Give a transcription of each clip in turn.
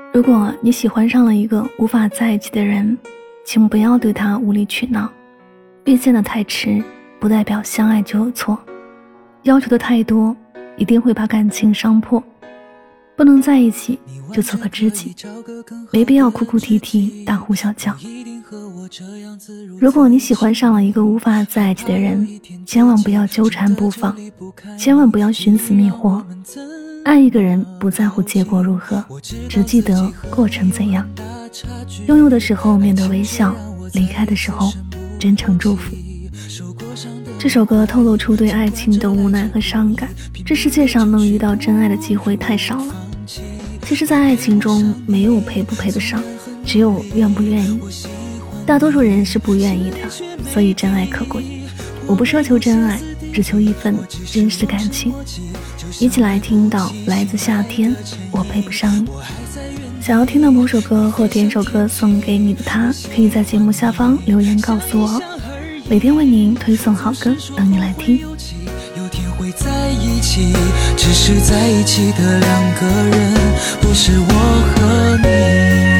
如果你喜欢上了一个无法在一起的人，请不要对他无理取闹。遇见的太迟，不代表相爱就有错。要求的太多，一定会把感情伤破。不能在一起，就做个知己，没必要哭哭啼啼、大呼小叫。如果你喜欢上了一个无法在一起的人，千万不要纠缠不放，千万不要寻死觅活。爱一个人不在乎结果如何，只记得过程怎样。拥有的时候面带微笑，离开的时候真诚祝福。这首歌透露出对爱情的无奈和伤感。这世界上能遇到真爱的机会太少了。其实在爱情中没有配不配得上，只有愿不愿意。大多数人是不愿意的，所以真爱可贵。我不奢求真爱，只求一份真实的感情。一起来听到来自夏天，我配不上你。想要听到某首歌或点首歌送给你的他，可以在节目下方留言告诉我，每天为您推送好歌等你来听。 有天会在一起，只是在一起的两个人，不是我和你。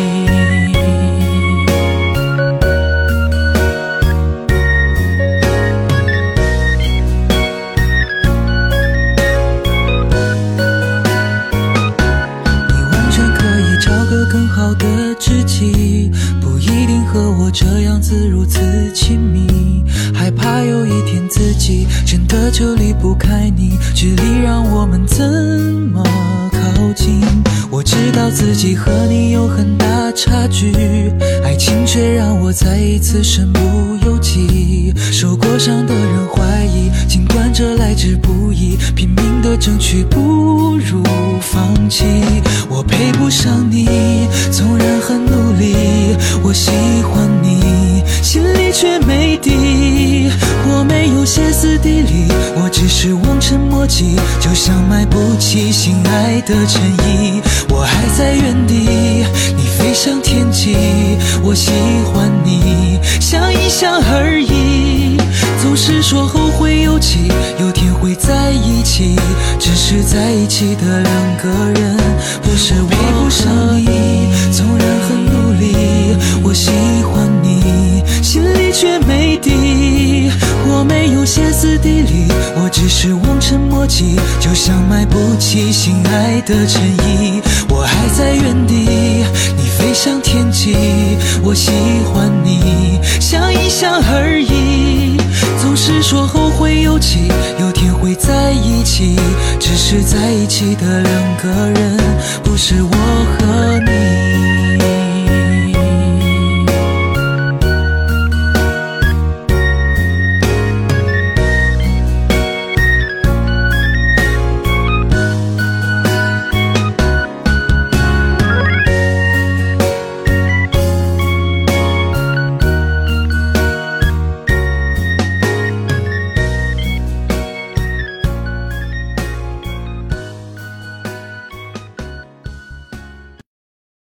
更好的知己，不一定和我这样子如此亲密，害怕有一天自己真的就离不开你，距离让我们怎么靠近？我知道自己和你有很大差距，爱情却让我再一次身不由己。受过伤的人怀疑，尽管这来之不易，拼命的争取不如放弃。我配不上你，纵然很努力，我喜欢你，心里却没底。我没有歇斯底里，我只是望尘莫及，就像买不起心爱的衬衣。我还在原地，你飞上天际，我喜欢你，想一想而已。总是说后会有期，有天会在一起，只是在一起的两个人，不是我配不上你。纵然很努力，我喜欢你，心里却没底。我没有歇斯底里，我只是望尘莫及，就像买不起心爱的衬衣。我还在原地，你飞上天际，我喜欢你，想一想而已。总是说后会有期，有天会在一起，只是在一起的两个人，不是我和